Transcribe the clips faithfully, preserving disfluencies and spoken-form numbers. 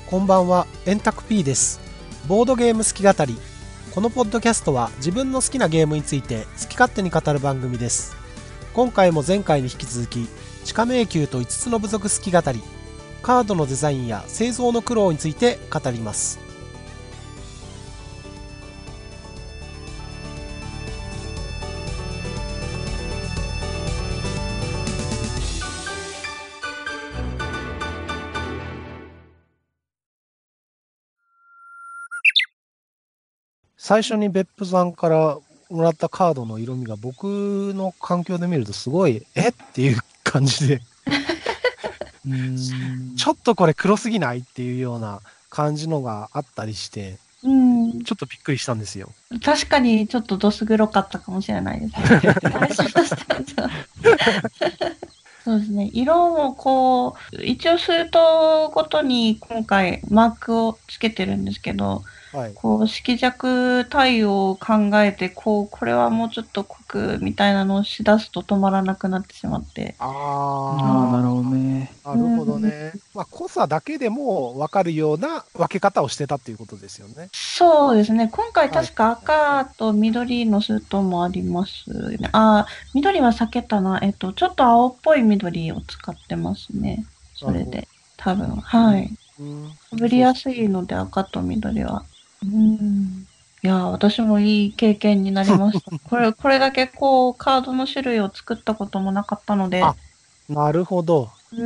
こんばんは、円卓 P です。ボードゲーム好き語り。このポッドキャストは自分の好きなゲームについて好き勝手に語る番組です。今回も前回に引き続き、地下迷宮といつつの部族好き語り、カードのデザインや製造の苦労について語ります。最初に別府さんからもらったカードの色味が僕の環境で見るとすごいえっていう感じでうーんちょっとこれ黒すぎないっていうような感じのがあったりしてうん、 ちょっとびっくりしたんですよ。 確かにちょっとどす黒かったかもしれないですね。あれしましたそうですね。色もこう、一応スートごとに今回マークをつけてるんですけど、 はい。 こう、色弱対応を考えて、こう、これはもうちょっと濃くみたいなのをしだすと止まらなくなってしまって。 ああ、なるほどあね。 あ、なるほどうん、 ね。まあ、濃さだけでも分かるような分け方をしてたっていうことですよね。 そうですね。今回はい。 確か赤と緑のスートもありますね。あ、緑は避けたな。えっと、ちょっと青っぽい緑を使ってますね。そなるほど。 れで、多分、はい。 うん。 被りそうそやすいので赤と緑は。うん。いやー、私もいい経験になりました。これ、これだけこう、カードの種類を作ったこともなかったので、 あ、なるほど。 うん。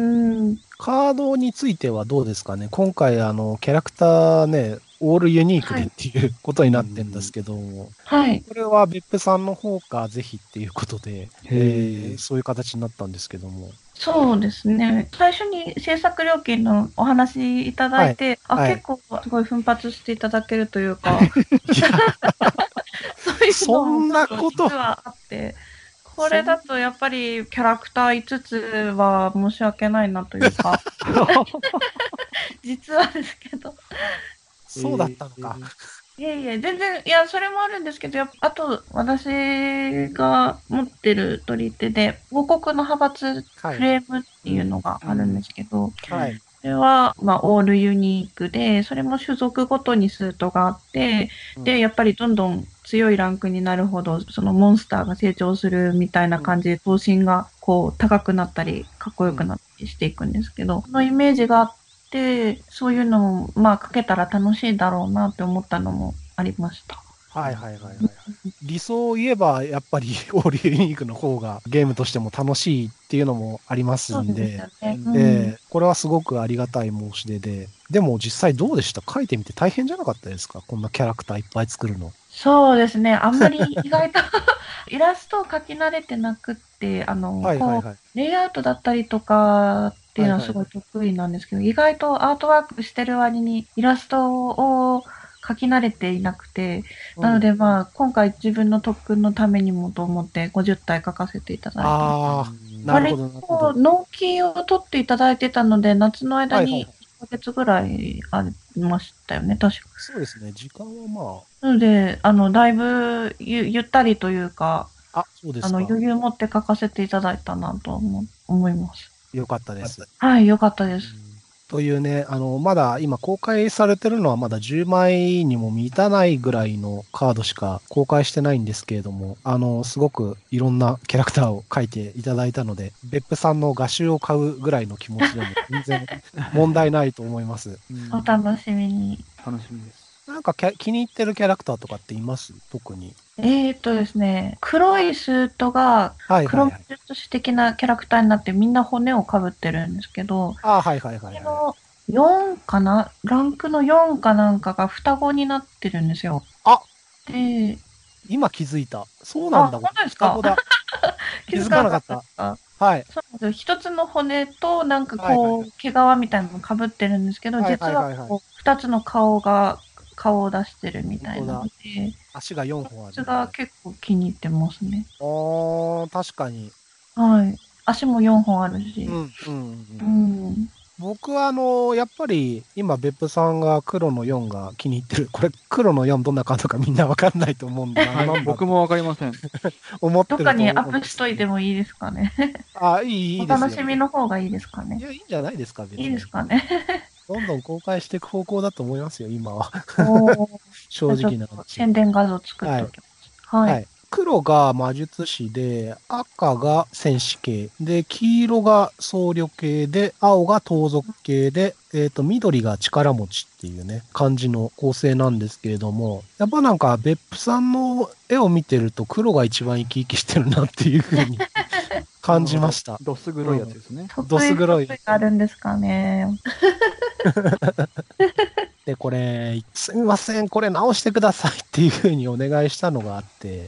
カードについてはどうですかね。今回、あの、キャラクターね、オールユニークはい。 でっていうことになってるんですけども、 はい。 これは別府さんの方かぜひっていうことで、えー、 へえ。 そういう形になったんですけども。 そうですね。最初に制作料金のお話いただはい。 いて、あ、 はい。 結構すごい奮発していただけるというか、 いや、 そういうそんのもちょっなこと、 と実はあって、こそん、 れだとやっぱりキャラクターいつつは申し訳ないなというか、実はですけど。 そうだったのか。 いえいえ、全然、いや、それもあるんですけど、やっぱあと、私が持ってる取り手で、王国の派閥はい。 フレームっていううん。 のがあるんでうん。 すけど、 はい。 それは、まあ、オールユニークで、それも種族ごとにスートがあって、 うん。 で、やっぱりどんどん強いランクになるほど、そのモンスターが成長するみたいなうん。 感じで、頭身がこう高くなったり、かっこうん。 よくなったりしていくんですけど、そのイメージがあって、そういうのも、まあ、かけたら楽しいだろうなって思ったのもありました。 はいはいはいはいはい。理想を言えば、やっぱりオールユニークの方がゲームとしても楽しいっていうのもありますそうですんで、 よね。ううん。 ん。 えーこれはすごくありがたい申し出で、でも実際どうでした？書いてみて大変じゃなかったですか？こんなキャラクターいっぱい作るの。 そうですね。あんまり意外とイラストを描き慣れてなくって、あの、こはいはいはい。 う、レイアウトだったりとかっていうのはすごいはいはいはい。 得意なんですけど、意外とアートワークしてる割にイラストを描き慣れていなくて、 うん。 なのでまあ、今回自分の特訓のためにもと思ってごじゅったい描かせていただいた。 うああ、なるほ割どなるほど。 と納期を取っていただいてたので、夏の間にはいはいはい。 いっかげつぐらいありましたよね、確か。 そうですね。時間はまなので、あの、だいぶゆゆったりというか、 あ、あ、そうであの、 すか。 余裕持って書かせていただいたなと思思います。 よかったです。 はい、良かったです。 うんというね、あの、まだ今公開されてるのはまだじゅうまいにも満たないぐらいのカードしか公開してないんですけれども、あの、すごくいろんなキャラクターを描いていただいたので、別府さんの画集を買うぐらいの気持ちでも全然問題ないと思います。 うん。 お楽しみに。 楽しみです。 なんかキャ気に入ってるキャラクターとかっています特に？ えーっとですね、黒いスートが黒魔はいはいはい。 術師的なキャラクターになってみんな骨をかぶってるんですけど、 ああ、はいはいはいはい。 このよんかなランクのよんかなんかが双子になってるんですよ。 あ、 で、 今気づいた。そうなんあ、 だ。 本当ですか？ 双子だ。 気気づづかなかったでかなかった。 すか？ はい。 そうなんですよ。一つの骨と、なんかはいはいこう、毛皮みたいなの被ってるんですけど、 はい。は実はいはいはいはい。 こう、二つの顔が、顔を出してるみたいなの本当だ。 で、 足がよんこほんあるいつがみたいな。 結構気に入ってますね。 あー、確かに。 はい。足もよんほんあるし。 うん、うん、うん。 うん。 僕は、あの、やっぱり、今、別府さんが黒のよんが気に入ってる。これ、黒のよんどんなカードかみんなわかんないと思うんで、なはい。 なんだって僕もわかりません。 思ってるとどっかにアッ思うんプしといですけど。 てもいいですかね。 あ、いい、いおいですよ。 楽しみの方がいいですかね。 いや、いいんじゃないですか、 いいです別に。 かね。 どんどん公開していく方向だと思いますよ、今は。 おー正直なちょっと話。 宣伝画像作っておきます。はい。 はい。黒が魔術師で、赤が戦士系、で、黄色が僧侶系で、青が盗賊系で、えっと、緑が力持ちっていうね、感じの構成なんですけれども、やっぱなんか、別府さんの絵を見てると黒が一番生き生きしてるなっていう風に感じました。 どす黒いやつですね。 どす黒い得意があるんですかね。 で、これ、すみません、これ直してくださいっていう風にお願いしたのがあって、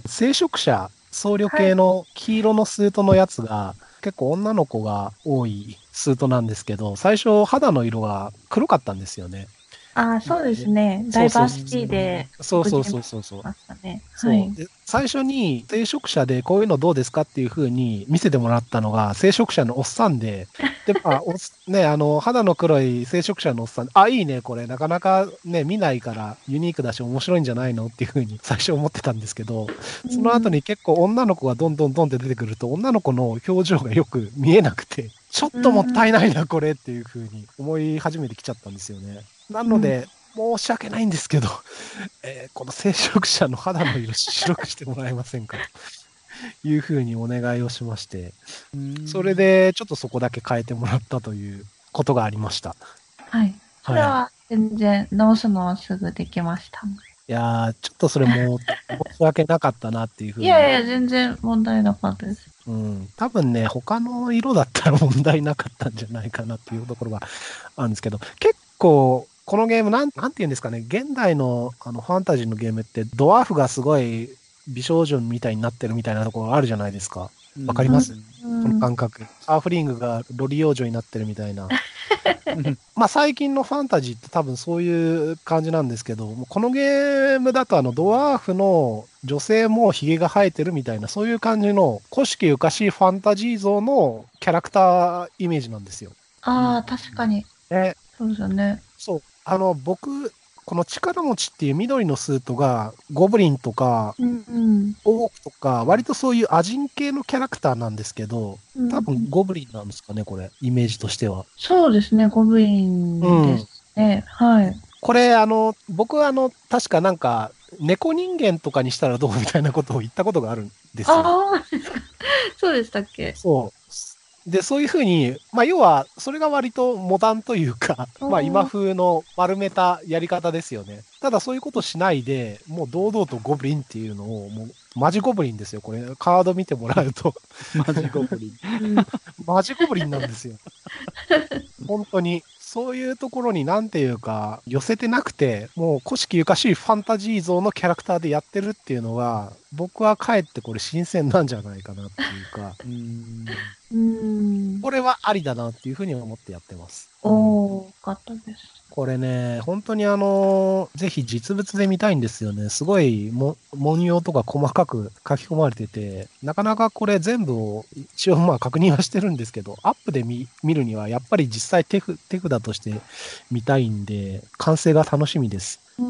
聖職者、僧侶系の黄色のスートのやつが、結構女の子が多いスートなんですけど、最初肌の色が黒かったんですよね。 ああ、そうですね。ダイバーシティで。 そうそうそうそうそう。 ましたね。 そう、 はい。 で最初に聖職者でこういうのどうですかっていう風に見せてもらったのが聖職者のおっさんで、で、まあ、おっね、あの、肌の黒い聖職者のおっさん、あ、いいね、これ、なかなかね、見ないからユニークだし面白いんじゃないのっていう風に最初思ってたんですけど、その後に結構女の子がどんどんどんって出てくると、女の子の表情がよく見えなくて、ちょっともったいないな、これっていう風に思い始めてきちゃったんですよね。なので、申し訳ないんですけど、えーこの聖職者の肌の色白くしてもらえませんかというふうにお願いをしまして、それでちょっとそこだけ変えてもらったということがありました。 はい。それは全然直すのはすぐできました。 いやー、ちょっとそれも申し訳なかったなっていうふうに。 いやいや、全然問題なかったです。 うん。多分ね、他の色だったら問題なかったんじゃないかなっていうところがあるんですけど、結構、このゲームなん、なんて言うんですかね、現代のあのファンタジーのゲームって、ドワーフがすごい美少女みたいになってるみたいなところがあるじゃないですか。わかります、この感覚。ハーフリングがロリ幼女になってるみたいな。まあ最近のファンタジーって多分そういう感じなんですけど、もうこのゲームだとあのドワーフの女性もヒゲが生えてるみたいな、そういう感じの古式ゆかしいファンタジー像のキャラクターイメージなんですよ。 ああ、確かに。 え、 そうですよね。 そう。あの、僕、この力持ちっていう緑のスートが、ゴブリンとか、 うんうん。 オークとか、割とそういうアジン系のキャラクターなんですけど、多分ゴブリンなんですかね、これ、イメージとしては。 そうですね、ゴブリンですね。はい。 これ、あの、僕はあの、確かなんか、猫人間とかにしたらどうみたいなことを言ったことがあるんですよ。 ああ、そうでしたっけ。 そう。で、そういうふうに、まあ、要は、それが割とモダンというか、まあ、今風の丸めたやり方ですよね。ただ、そういうことしないで、もう堂々とゴブリンっていうのを、もう、マジゴブリンですよ。これ、カード見てもらうと。 マジゴブリン。 マジゴブリンなんですよ。本当に。そういうところになんていうか、寄せてなくて、もう古式ゆかしいファンタジー像のキャラクターでやってるっていうのが、僕はかえってこれ新鮮なんじゃないかなっていうか、 うんうん。 これはありだなっていうふうに思ってやってます。 おー、よかったです。 これね、本当にあの、ぜひ実物で見たいんですよね。すごいも文様とか細かく書き込まれてて、なかなかこれ全部を一応まあ確認はしてるんですけど、アップで見見るにはやっぱり実際手手札として見たいんで、完成が楽しみです。 うん。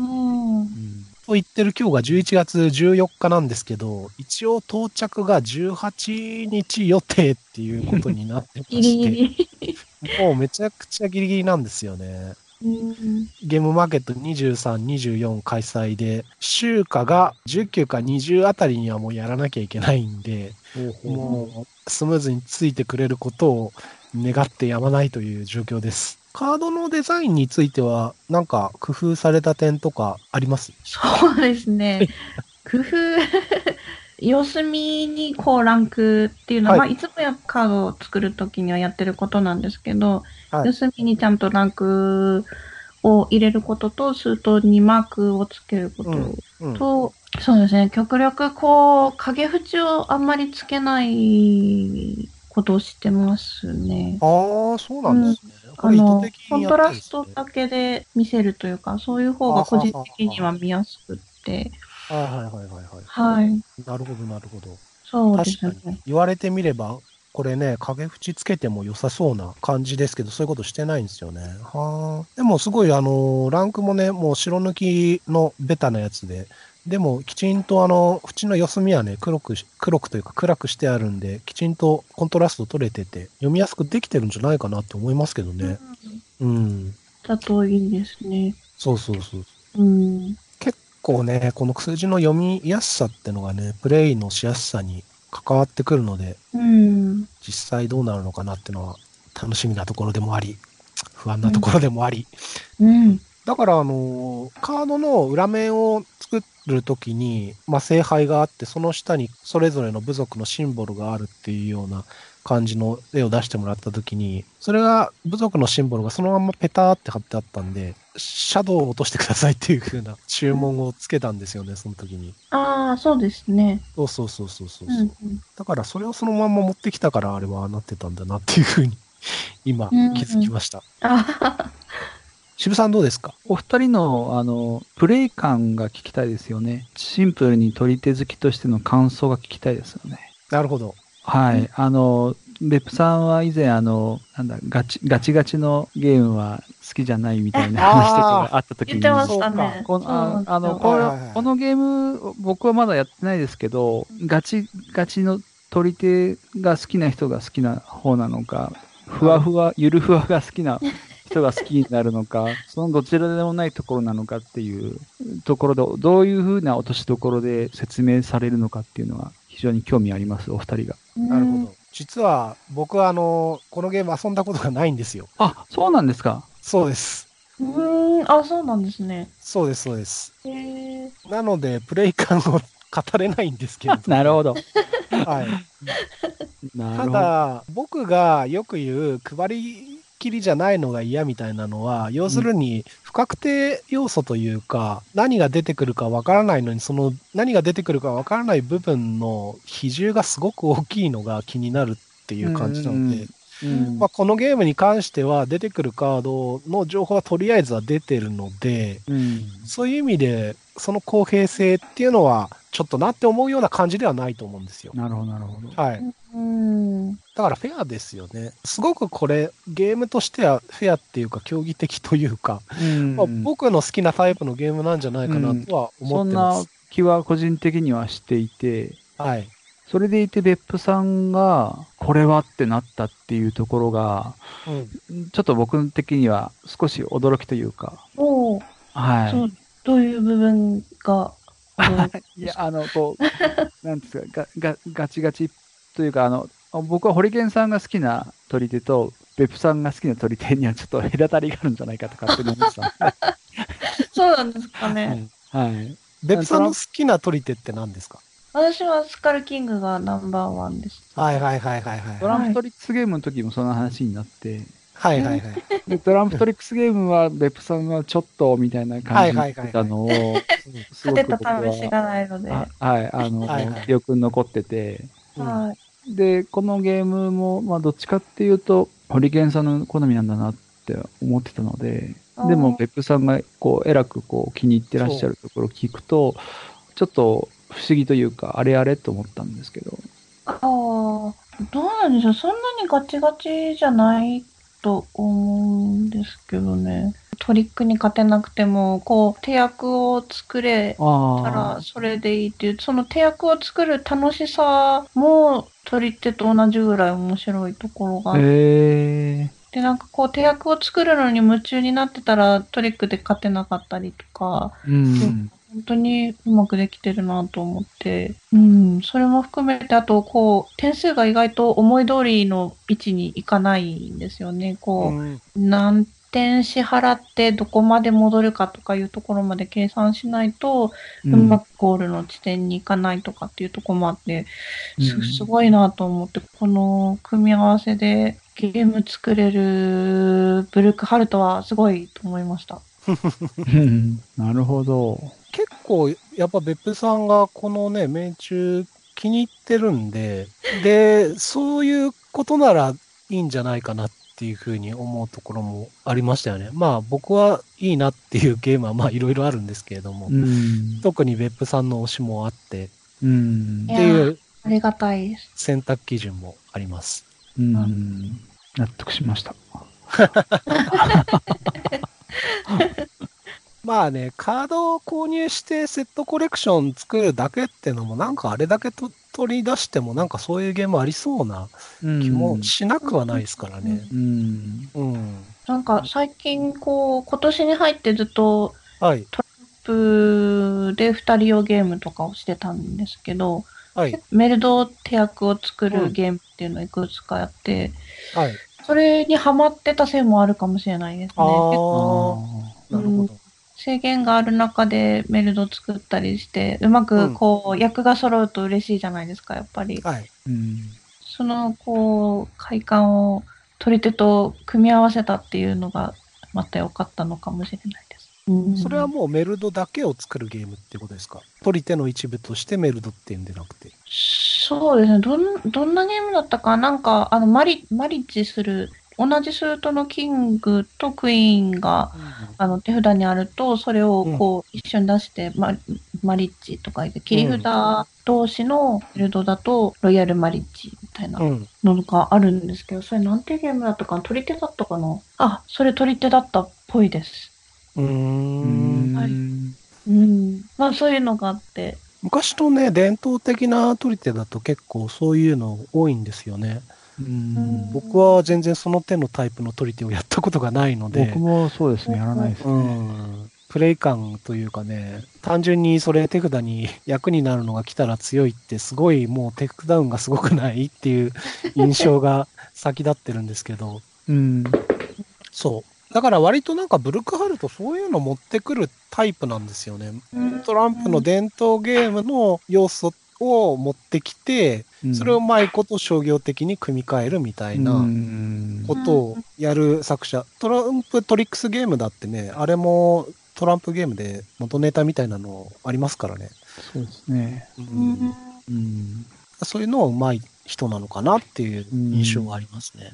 うんと言ってる今日がじゅういちがつじゅうよっかなんですけど、一応到着がじゅうはちにち予定っていうことになってまして、 ギリギリ。 もうめちゃくちゃギリギリなんですよね。 うん。 ゲームマーケットにじゅうさん、にじゅうよん開催で、週価がじゅうきゅうかにじゅうあたりにはもうやらなきゃいけないんで、もうスムーズについてくれることを願ってやまないという状況です。カードのデザインについては、なんか工夫された点とかあります？ そうですね。工夫、四隅にこうランクっていうのは、 はいまあ、いつもやカードを作るときにはやってることなんですけど、 はい四隅にちゃんとランクを入れることと、数頭にマークをつけることうんうんと、そうですね、極力こう、影縁をあんまりつけないことをしてますね。 ああ、そうなんですね。こあのれ意図的、 コンにやトラストってるんですね。 だけで見せるというか、そういう方が個人的には見やすくって、 はいはいはいはいはい。 はい。 なるほどなるほど。 そうです確かにね。 言われてみれば、これね、影縁つけても良さそうな感じですけど、そういうことしてないんですよね。はあ。でもすごい、あの、ランクもね、もう白抜きのベタなやつで、でもきちんとあの、縁の四隅はね、黒くし、黒くというか暗くしてあるんで、きちんとコントラスト取れてて、読みやすくできてるんじゃないかなって思いますけどね。うん。 だといいですね。 そうそうそう。 うん。 結構ね、この数字の読みやすさってのがね、プレイのしやすさに関わってくるので、 うん。 実際どうなるのかなってのは楽しみなところでもあり、不安なところでもあり。 うん。 だから、あの、カードの裏面を作るときに、まあ、聖杯があって、その下にそれぞれの部族のシンボルがあるっていうような感じの絵を出してもらったときに、それが、部族のシンボルがそのままペターって貼ってあったんで、シャドウを落としてくださいっていう風な注文をつけたんですよね、その時に。 ああ、そうですね。 そうそうそうそうそう。 うんうんだから、それをそのまま持ってきたから、あれはなってたんだなっていう風に、今、 うん気づきました。 あ渋さんどうですか？ お二人の、あの、プレイ感が聞きたいですよね。シンプルに取り手好きとしての感想が聞きたいですよね。 なるほど。 はい。あの、別府さんは以前、あの、なんだ、ガチ、ガチガチのゲームは好きじゃないみたいな話とかがあった時に、 言ってましたそうね。 このああのここれはいはいはいこのゲーム、僕はまだやってないですけど、ガチガチの取り手が好きな人が好きな方なのか、ふわふわ、ゆるふわが好きな人が好きになるのか、そのどちらでもないところなのかっていうところで、どういうふうな落としどころで説明されるのかっていうのは非常に興味あります、お二人が。 なるほど。実は僕はあの、このゲーム遊んだことがないんですよ。 あ、そうなんですか。 そうです。 うーん、あ、そうなんですね。 そうです、そうです。 へえ。 なので、プレイ感を語れないんですけれども。 なるほど。 はい。たなるほど。 だ、僕がよく言う、配りきりじゃないのが嫌みたいなのは、要するに、不確定要素というか、何が出てくるかわからないのに、その何が出てくるかわからない部分の比重がすごく大きいのが気になるっていう感じなので、 うんまあ、このゲームに関しては出てくるカードの情報はとりあえずは出てるので、 うんそういう意味で、その公平性っていうのは、ちょっとなって思うような感じではないと思うんですよ。 なるほど、なるほど。 はい。 うん。 だからフェアですよね。すごくこれ、ゲームとしてはフェアっていうか、競技的というか、 うんまあ、僕の好きなタイプのゲームなんじゃないかなとは思そんなってます。 気は個人的にはしていて、 はい。 それでいて別府さんが、これはってなったっていうところが、 うん。 ちょっと僕的には少し驚きというか、 おーはそう、どういう部分が驚いたんい。いや、 ですか？ あの、こう、なんですか、ガガガチガチというか、あの、僕はホリケンさんが好きな取り手と、別府さんが好きな取り手にはちょっと隔たりがあるんじゃないかと勝手に思ってたんでそうなんですかね。 はい。はい。 別府さんの好きな取り手って何ですか？ 私はスカルキングがナンバーワンです。 はいはいはいはいはい。 トランプトリックスゲームの時もその話になって、 はいはいはい。 でトランプトリックスゲームは別府さんはちょっとみたいな感じになってたのを、すご勝てたく僕は試しがないので。 あははい、あの、 はいはい記憶に残ってて、 うんい。 で、このゲームも、まあ、どっちかっていうと、ホリケンさんの好みなんだなって思ってたので、でも、別府さんが、こう、えらく、こう、気に入ってらっしゃるところを聞くと、ちょっと不思議というか、あれあれと思ったんですけど。 ああ、どうなんでしょう。そんなにガチガチじゃないと思うんですけどね。トリックに勝てなくても、こう、手役を作れたあらそれでいいっていう、その手役を作る楽しさも取り手と同じぐらい面白いところがあ、 あって、 へえで、なんかこう手役を作るのに夢中になってたらトリックで勝てなかったりとか、 ー、うん。 本当にうまくできてるなと思って、うん、それも含めて、あと、こう、点数が意外と思い通りの位置にいかないんですよね。こうんう、何点支払ってどこまで戻るかとかいうところまで計算しないと、 ううんまくゴールの地点に行かないとかっていうところもあって、 うんすすごいなと思って、この組み合わせでゲーム作れるブルックハルトはすごいと思いました。 うんなるほど。 結構、やっぱ別府さんがこのね、命中気に入ってるんで、で、そういうことならいいんじゃないかなっていうふうに思うところもありましたよね。まあ僕はいいなっていうゲームはまあいろいろあるんですけれども、 うん。 特に別府さんの推しもあってうんっていうありがたいです。 選択基準もあります。 うん。納得しました。 まあね、カードを購入してセットコレクション作るだけってのもなんかあれだけと取り出してもなんかそういうゲームありそうな気もしなくはないですからね。 うん。 うん。 そなんか最近こう、今年に入ってずっとはい。 トランプで二人用ゲームとかをしてたんですけど、 はい。 メルド手役を作うん。 るゲームっていうのをいくつかやって、 はい。 それにハマってたせいもあるかもしれないですあね。結あー、 あ。 構、うん、 なるほど。 制限がある中でメルド作ったりして、うまくうん。 こう、役が揃うと嬉しいじゃないですか、やっぱり。 はい。 うん。 その、こう、快感を取り手と組み合わせたっていうのが、また良かったのかもしれないです。うん、 それはもうメルドだけを作るゲームってことですか？取り手の一部としてメルドっていうんでなくて。 そうですね。どん、どんなゲームだったか、なんか、あの、マリ、マリッジする、同じスートのキングとクイーンが、 うん。 あの、手札にあると、それをうん。 こう、一緒に出して、マ、マリッジとか言って、切りうん。 札同士のビルドだと、ロイヤルマリッジみたいなうん。 のがあるんですけど、それなんていうゲームだったかな？取り手だったかな？あ、それ取り手だったっぽいです。 うーうーん。 はい。 ん。 うん。まあ、そういうのがあって、 昔のね、伝統的な取り手だと結構そういうの多いんですよね。 ううん。 僕ん。 は全然その手のタイプの取り手をやったことがないので、 僕もそうですね、やらないですうね。 ん、プレイ感というかね、単純にそれ手札に役になるのが来たら強いって、すごいもうテイクダウンがすごくないっていう印象が先立ってるんですけど、 うん。 そう。だから割となんかブルクハルトそういうの持ってくるタイプなんですよね。 うん。 トランプの伝統ゲームの要素を持ってきて、それをううん。 まいこと商業的に組み替えるみたういなん。 ことをやる作者。トランプトリックスゲームだってね、あれもトランプゲームで元ネタみたいなのありますからね。 そうですね。 ううん。 ん、 うん。 そういうのはうまい人なのかなっていうう印象はあん。 りますね。 うん。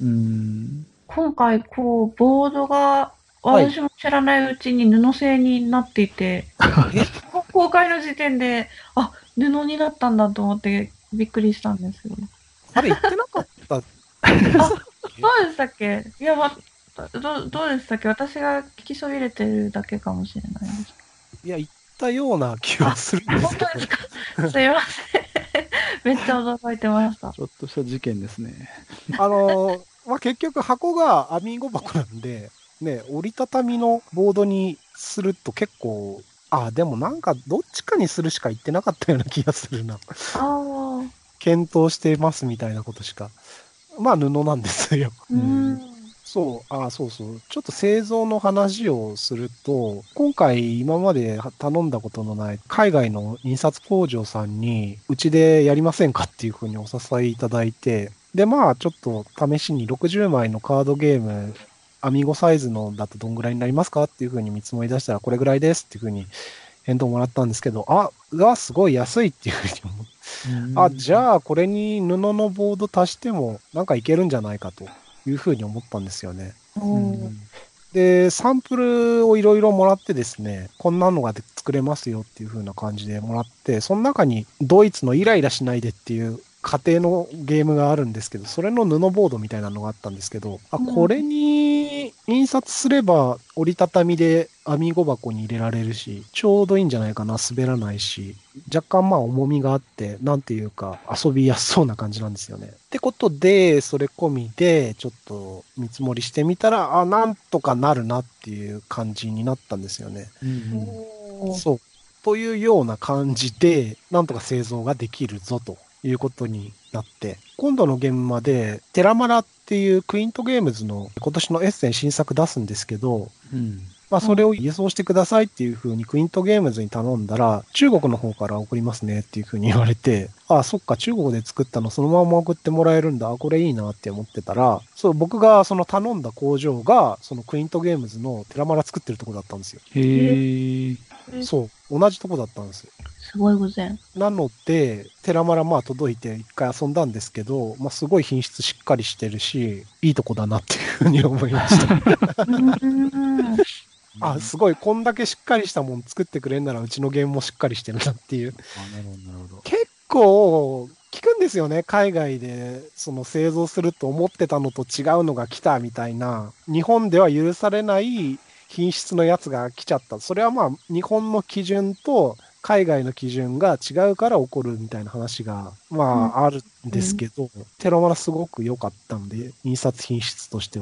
今回、こう、ボードが、 はい。 私も知らないうちに布製になっていて、 え、 公開の時点で、あ、布になったんだと思ってびっくりしたんですよ。 あれ言ってなかったであ、 すっけ？ そうでしたっけ？いや、ま、どどうでしたっけ？私が聞きそびれてるだけかもしれないです。 いや、言ったような気はあ、 するんですけど。 本当ですか？すいません。めっちゃ驚いてました。 ちょっとした事件ですね。 あのーまあ、結局箱がアミーゴ箱なんで、ね、折りたたみのボードにすると結構、あ、でもなんかどっちかにするしか言ってなかったような気がするな。 ああ、 検討してますみたいなことしか。まあ布なんですよ。 ううん。 ん。 そう、あ、そうそう。ちょっと製造の話をすると、今回今まで頼んだことのない海外の印刷工場さんに、うちでやりませんかっていうふうにお誘いいただいて、で、まあちょっと試しにろくじゅうまいのカードゲーム、アミゴサイズのだとどんぐらいになりますかっていうふうに見積もり出したらこれぐらいですっていうふうに返答もらったんですけど、あ、うわ、すごい安いっていうふうに思って、 うあ、 ん。 じゃあこれに布のボード足してもなんかいけるんじゃないかというふうに思ったんですよね。 おー。 で、サンプルをいろいろもらってですね、こんなのが作れますよっていう風な感じでもらって、その中にドイツのイライラしないでっていう家庭のゲームがあるんですけど、それの布ボードみたいなのがあったんですけど、あ、これに印刷すれば折りたたみでアミーゴ箱に入れられるし、ちょうどいいんじゃないかな、滑らないし、若干まあ重みがあって、なんていうか遊びやすそうな感じなんですよね。ってことで、それ込みでちょっと見積もりしてみたら、あ、なんとかなるなっていう感じになったんですよね。 うんおー。 そう。というような感じで、なんとか製造ができるぞということになって、今度の現場で、テラマラっていうクイントゲームズの今年のエッセン新作出すんですけど、 うんまあそれを輸送してくださいっていう風にクイントゲームズに頼んだら、中国の方から送りますねっていう風に言われて、ああ、そっか、中国で作ったのそのまま送ってもらえるんだ、あ、これいいなって思ってたら、そう、僕がその頼んだ工場が、そのクイントゲームズのテラマラ作ってるとこだったんですよ。 へえ。 そう、同じとこだったんですよ。 すごい偶然。 なので、テラマラまあ届いて一回遊んだんですけど、まあすごい品質しっかりしてるし、いいとこだなっていうふうに思いました。 うん。 あ、すごい、こんだけしっかりしたもん作ってくれんならうちのゲームもしっかりしてるなっていう。 あ、なるほど、なるほど。 結構聞くんですよね。海外でその製造すると思ってたのと違うのが来たみたいな。日本では許されない品質のやつが来ちゃった。それはまあ日本の基準と海外の基準が違うから起こるみたいな話がまああるんですけど、テラマラすごく良かったんで、印刷品質としては。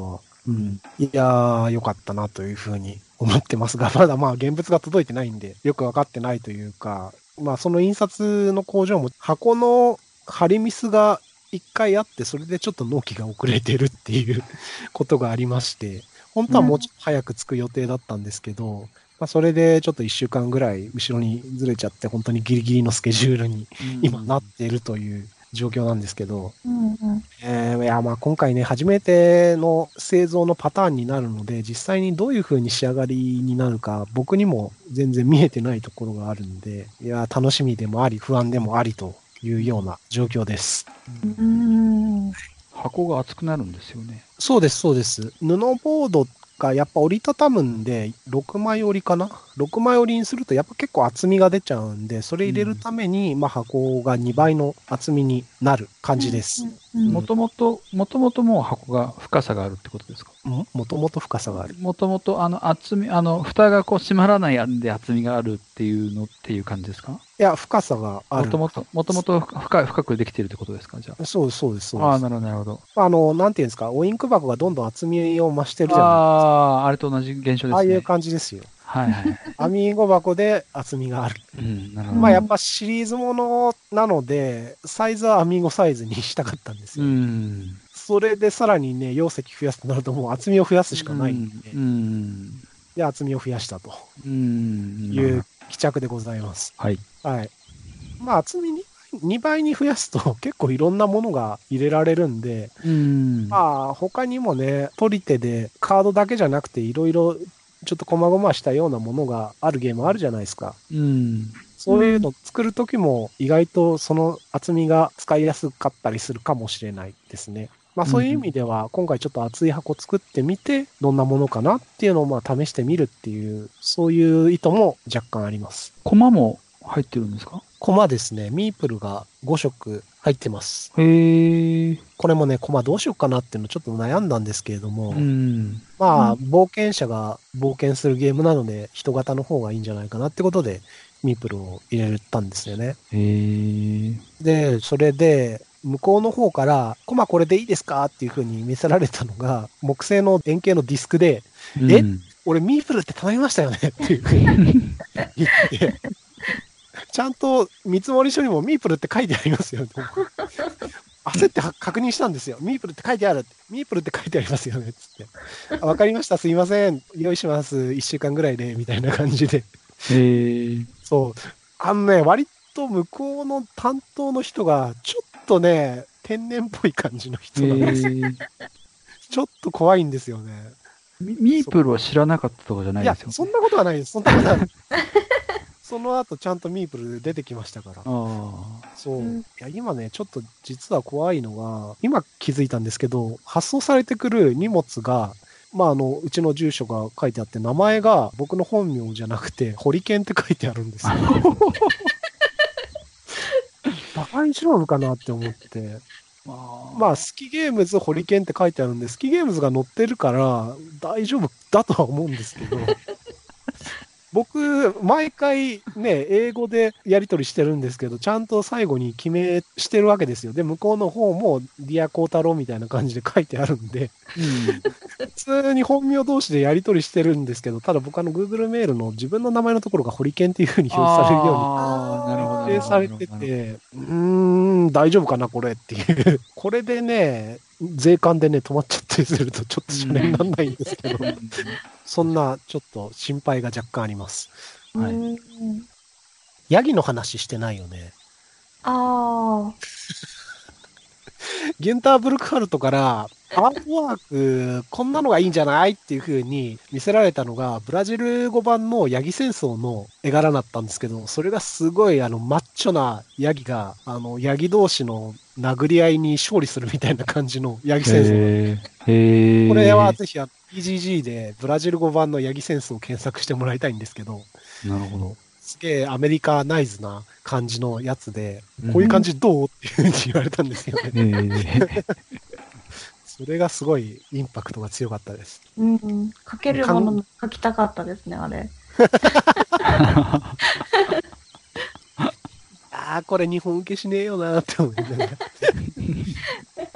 うん。いやー、良かったなというふうに思ってますが、まだまあ現物が届いてないんで、よくわかってないというか、まあその印刷の工場も箱の貼りミスが一回あって、それでちょっと納期が遅れてるっていうことがありまして、本当はもうちょっと早く着く予定だったんですけど、まあそれでちょっと一週間ぐらい後ろにずれちゃって、本当にギリギリのスケジュールに今なっているという状況なんですけど、 うんうんえーいやまあ今回ね、初めての製造のパターンになるので、実際にどういう風に仕上がりになるか、僕にも全然見えてないところがあるんで、いや、楽しみでもあり、不安でもありというような状況です。 うん箱が厚くなるんですよね。 そうです、そうです。布ボードがやっぱ折りたたむんで、ろくまい折りかな ?ろく 枚折りにするとやっぱ結構厚みが出ちゃうんで、それ入れるために、まあ箱がにばいの厚みになる感じです。 うんもともと、もともともう箱が深さがあるってことですか？ ももともと深さがある。 もともと、あの、厚み、あの、蓋がこう閉まらないんで厚みがあるっていうのっていう感じですか？ いや、深さがある。 もともと、もともと深い、深くできてるってことですか？じゃそうです、そうです、そうあ。ああ、 です。 なるほど、なるほど。 あの、なんていうんですか、おインク箱がどんどん厚みを増してるじゃないですか。 ああ、あれと同じ現象ですね。 ああいう感じですよ。 はいはい。 網ゴ箱で厚みがある。 うん、なるほど。 まあやっぱシリーズものなので、サイズは網ゴサイズにしたかったんですうよ。 ん。 それでさらにね、容積増やすとなるともう厚みを増やすしかないんで、 うん。 で、厚みを増やしたとうん。 いう帰着でございます。 はい。 はい。まあ厚みににばいに増やすと結構いろんなものが入れられるんで、 うん。 まあ他にもね、取り手でカードだけじゃなくていろいろちょっと細々したようなものがあるゲームあるじゃないですか。 うん。 そういうの作るときも意外とその厚みが使いやすかったりするかもしれないですね。まあそういう意味では今回ちょっと厚い箱作ってみてどんなものかなっていうのをまあ試してみるっていうそういう意図も若干あります。 コマも入ってるんですか？ コマですね。ミープルがご色入ってます。 へえ。 これもね、コマどうしようかなっていうのちょっと悩んだんですけれども、 うん。 まあ冒険者が冒険するゲームなので人型の方がいいんじゃないかなってことでミープルを入れたんですよね。 へえ。 で、それで、向こうの方から、コマこれでいいですかっていう風に見せられたのが、木製の円形のディスクで、 うん、 え俺ミープルって頼みましたよねっていう風に言って、ちゃんと見積書にもミープルって書いてありますよね。焦って確認したんですよ。ミープルって書いてあるって。ミープルって書いてありますよね。つって。わかりました。すいません。用意します。いっしゅうかんぐらいで。みたいな感じで。 へえ。 そう。あのね、割と向こうの担当の人が、ちょっとね、天然っぽい感じの人なんです。ちょっと怖いんですよね。 ミミープルは知らなかったとかじゃないですよ、ね。 いや、そんなことはないです。そんなことはない。その後、ちゃんとミープル出てきましたから。 ああ。 そう。いや、今ね、ちょっと実は怖いのが、今気づいたんですけど、発送されてくる荷物が、まあ、あの、うちの住所が書いてあって、名前が僕の本名じゃなくて、ホリケンって書いてあるんですよ。大丈夫かなって思って。まあ、スキゲームズホリケンって書いてあるんで、スキゲームズが載ってるから大丈夫だとは思うんですけど、僕、毎回ね、英語でやり取りしてるんですけど、ちゃんと最後に決めしてるわけですよ。で、向こうの方も、ディアコータローみたいな感じで書いてあるんで、うん、普通に本名同士でやり取りしてるんですけど、ただ僕あの Google メールの自分の名前のところがホリケンっていう風に表示されるように設定されてて、うーん、大丈夫かな、これっていう。これでね、税関でね、止まっちゃったりするとちょっとシャレにならないんですけど、うん、そんなちょっと心配が若干あります。はい。ヤギの話してないよね。 ああ。 ゲンターブルクハルトからアートワークこんなのがいいんじゃないっていう風に見せられたのがブラジル語版のヤギ戦争の絵柄だったんですけど、それがすごいあのマッチョなヤギがあのヤギ同士の殴り合いに勝利するみたいな感じのヤギ戦争。へー。これはぜひ ピージージー でブラジル語版のヤギ戦争を検索してもらいたいんですけど。 なるほど。 すげえアメリカナイズな感じのやつで、こういう感じどうっていうふうに言われたんですよね。えー、それがすごいインパクトが強かったです。 うん、書けるもの書きたかったですね、あれ。 ああ、これ日本受けしねえよなって思いながら。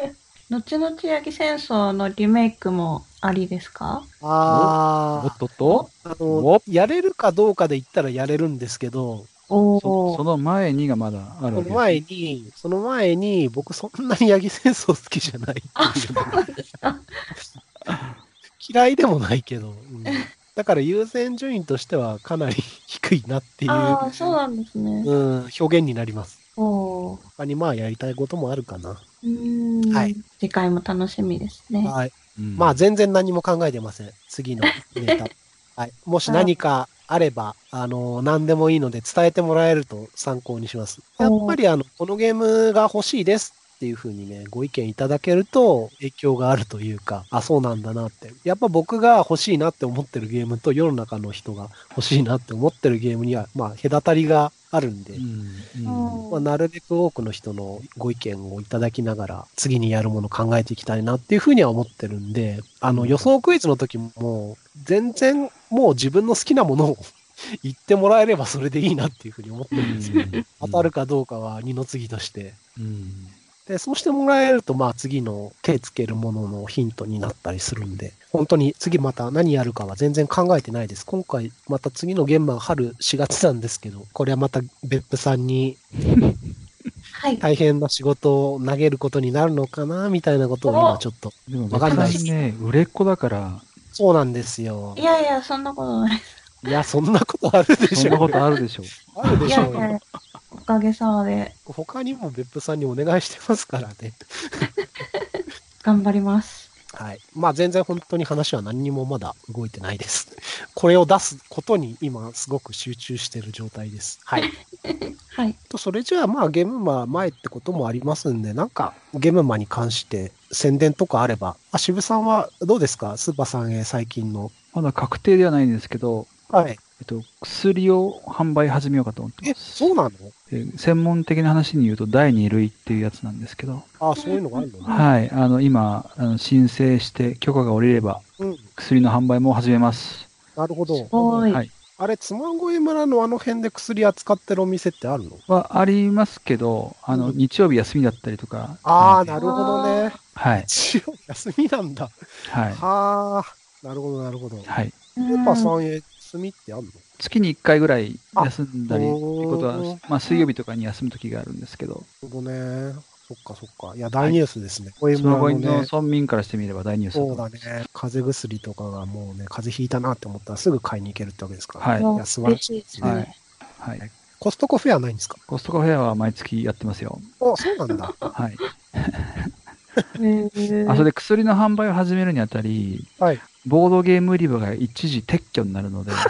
後々ヤギ戦争のリメイクもありですか？ おっあとっとあ、あおの、やれるかどうかで言ったらやれるんですけど、 おそそお。 の前にがまだあるわけですね。 その前に、その前に、僕そんなにヤギ戦争好きじゃないってあ、 いうのそうなんですか。 嫌いでもないけど、うんだから優先順位としてはかなり低いなっていう、 ああ、そうなんですね。 うん、表現になります。 おお。 他にまあやりたいこともあるかな。 うーん。 はい。 次回も楽しみですね。 はい。 うんまあ全然何も考えてません。次のネタ。はい。もし何かあれば、あの、何でもいいので伝えてもらえると参考にします。やっぱりあの、このゲームが欲しいですっていうふうにね、ご意見いただけると影響があるというか、あ、そうなんだなって。やっぱ僕が欲しいなって思ってるゲームと世の中の人が欲しいなって思ってるゲームには、まあ隔たりがあるんで、 うんうんまあ、なるべく多くの人のご意見をいただきながら、次にやるものを考えていきたいなっていうふうには思ってるんで、あの、 うん予想クイズの時も、全然もう自分の好きなものを言ってもらえればそれでいいなっていうふうに思ってるんですよ。当たるかどうかは二の次として。 うんで、そうしてもらえると、まあ次の手つけるもののヒントになったりするんで、本当に次また何やるかは全然考えてないです。今回また次のゲームは春しがつなんですけど、これはまた別府さんにはい。 大変な仕事を投げることになるのかな、みたいなことを今ちょっと、 でも、 わかんない別にね、売れっ子だから、 そうなんですよい。やいや、そんなことない。 いや、そんなことあるでしょ。 そんなことあるでしょ。 あるでしょういやいやよ。、 おかげさまで他にも別府さんにお願いしてますからね。 頑張ります。 はい。まあ全然本当に話は何にもまだ動いてないです。これを出すことに今すごく集中してる状態です。はい。 はい。 と、それじゃあまあゲームマ前ってこともありますんで、なんかゲームマに関して宣伝とかあれば、あ、渋さんはどうですかスーパーさんへ最近の。 まだ確定ではないんですけど、 はい。 えっと、薬を販売始めようかと思ってえ、 ます。 そうなので専門的な話に言うと、だいに類っていうやつなんですけど、 あ、そういうのがあるのね。 はい、あの、今、あの申請して許可が下りれば、 うん。 薬の販売も始めます。 なるほど。 おーい。 はい。 あれ、妻越村のあの辺で薬扱ってるお店ってあるのはありますけど、あの、 うん日曜日休みだったりとか。 ああ、 のでなるほどね。 はい。 一応休みなんだ。 はい。 はあ、なるほど、なるほど。 はい。 うスーパーんさんへ休みってあるの月にいっかいぐらい休んだりってあことはおー、 まあ水曜日とかに休む時があるんですけど、 なるほどね。そっかそっか。いや、大ニュースですね。こういう妻村のね、 越の村民からしてみれば大ニュースだとそうだ思います。 ね。風邪薬とかがもうね、風邪ひいたなって思ったらすぐ買いに行けるってわけですから、 はいいや、素晴らしいですね。 はい。はい。 コストコフェアないんですかコストコフェアは毎月やってますよ。 あ、そうなんだ。 はい。 へーあ、それで薬の販売を始めるにあたり、 はい。 ボードゲーム売り場が一時撤去になるので、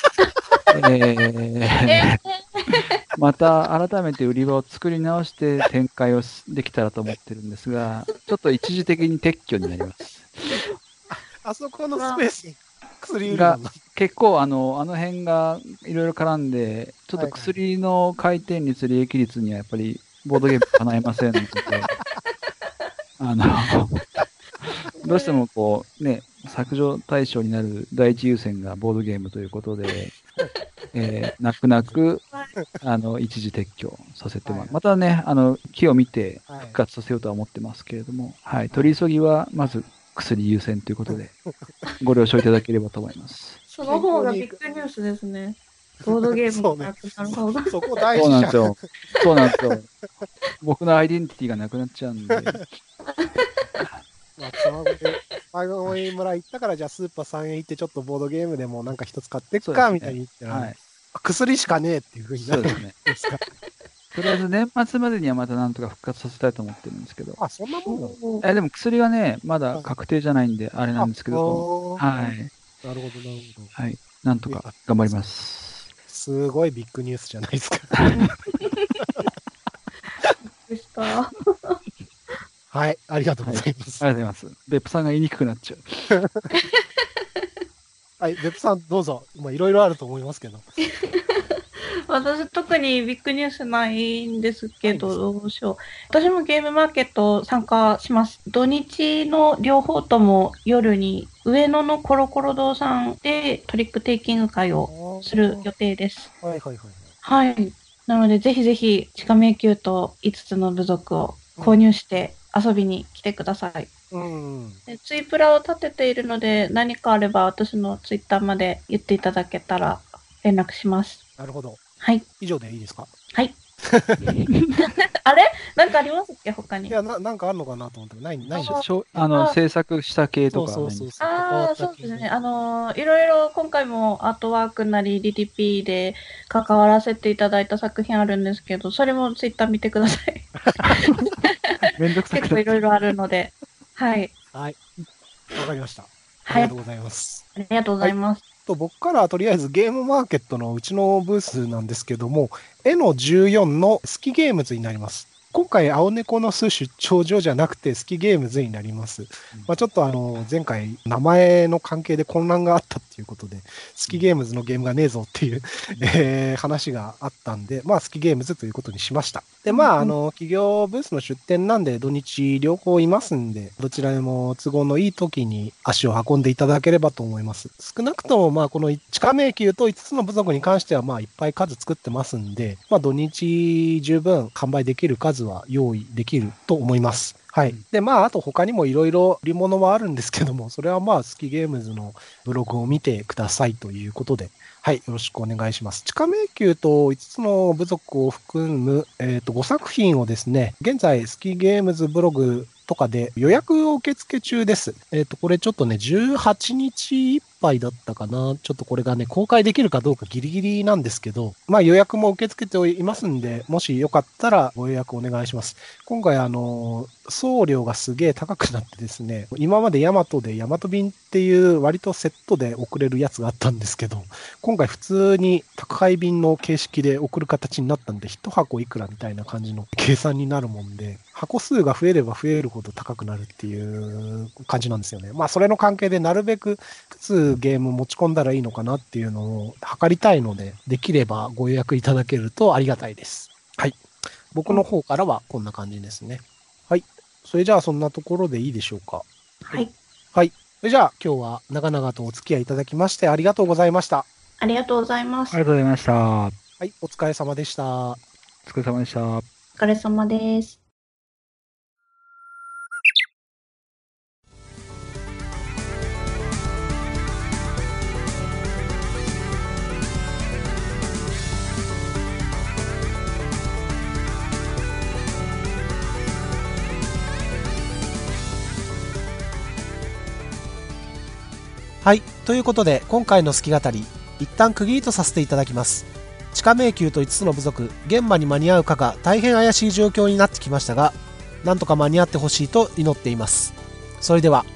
えーまた改めて売り場を作り直して展開をすできたらと思ってるんですが、ちょっと一時的に撤去になります。 あそこのスペースに薬売り場がな結構あの、あの辺がいろいろ絡んで、ちょっと薬の回転率、利益率にはやっぱりボードゲームかないませんので、あの、どうしてもこうね、削除対象になる第一優先がボードゲームということで、えー泣く泣く、あの、一時撤去させてもらう。またね、あの、木を見てはい復活させようとは思ってますけれども、はい、取り急ぎはまず薬優先ということで、ご了承いただければと思います。 その方がビッグニュースですね。ボードゲームがなくなる方が。 そこ大そう事じゃん。 なんですよ。そうなんですよ。僕のアイデンティティがなくなっちゃうんで、 まあ、妻越妻越村行ったから、じゃあスーパーさんへ行ってちょっとボードゲームでもなんか一つ買ってっか、 そうですねみたいに言って、 はい。 薬しかねえっていうふうになるんそうですね。 ですか。 とりあえず年末までにはまたなんとか復活させたいと思ってるんですけど、 あ、そんなもんなのえでも薬はね、まだ確定じゃないんで、あれなんですけど、 あはい。 なるほど、なるほど。 はい。なんとか頑張ります。 すごいビッグニュースじゃないですか。 でした。 はい、ありがとうございます。 ありがとうございます。別府さんが言いにくくなっちゃう。 はい、別府さんどうぞ。まあ、いろいろあると思いますけど。 私特にビッグニュースないんですけど、どうしよう。私もゲームマーケット参加します。土日の両方とも夜に上野のコロコロ堂さんでトリックテイキング会をする予定です。 はいはいはい。 はい。なのでぜひぜひ地下迷宮といつつの部族を購入して遊びに来てください。 うん。 でツイプラを立てているので、何かあれば私のツイッターまで言っていただけたら連絡します。 なるほど。 はい。 以上でいいですか？ はい。あれなんかありますっけ他に？ いや、な、なんかあるのかなと思って、ない、ないんですしょあの、 あ制作した系とかそうはないんですそうそうそう。関わああ、 った系そうですね。あのーいろいろ今回もアートワークなり ディーティーピー で関わらせていただいた作品あるんですけど、それもツイッター見てください。 めんどくさく結構ないっろいろあるので。はい。 はい。わかりました。あはい。 りがとうございます。 ありがとうございます。 と僕からはとりあえずゲームマーケットのうちのブースなんですけども、エのじゅうよんのスキゲームズになります。今回、青猫の巣出張所じゃなくて、スキゲームズになります。まあ、ちょっとあの、前回、名前の関係で混乱があったっていうことで、スキゲームズのゲームがねえぞっていう、えー話があったんで、まあ、スキゲームズということにしました。で、まあ、あの、企業ブースの出店なんで、土日両方いますんで、どちらでも都合のいい時に足を運んでいただければと思います。少なくとも、まあ、この地下迷宮といつつの部族に関しては、まあ、いっぱい数作ってますんで、まあ、土日十分販売できる数は用意できると思います。はい。で、まあ、あと他にもいろいろ売り物はあるんですけども、それはまあ、スキゲームズのブログを見てくださいということで、はい、よろしくお願いします。地下迷宮といつつの部族を含む、えーと、ごさく品をですね、現在、スキゲームズブログとかで予約を受付中です。えっと、これちょっとね、じゅうはちにちいっぱいだったかな。ちょっとこれがね、公開できるかどうかギリギリなんですけど、まあ予約も受け付けていますんで、もしよかったらご予約お願いします。今回あの、送料がすげえ高くなってですね、今までヤマトでヤマト便っていう割とセットで送れるやつがあったんですけど、今回普通に宅配便の形式で送る形になったんで、一箱いくらみたいな感じの計算になるもんで、箱数が増えれば増えるほど高くなるっていう感じなんですよね。まあそれの関係でなるべくいくつゲーム持ち込んだらいいのかなっていうのを測りたいので、できればご予約いただけるとありがたいです。はい。僕の方からはこんな感じですね。はい。それじゃあそんなところでいいでしょうか。 はい。 はい。それじゃあ今日は長々とお付き合いいただきましてありがとうございました。 ありがとうございます。 ありがとうございました。 はい。お疲れ様でした。 お疲れ様でした。 お疲れ様です。 はい。ということで、今回の好き語り、一旦区切りとさせていただきます。地下迷宮といつつの部族、現場に間に合うかが大変怪しい状況になってきましたが、なんとか間に合ってほしいと祈っています。それでは。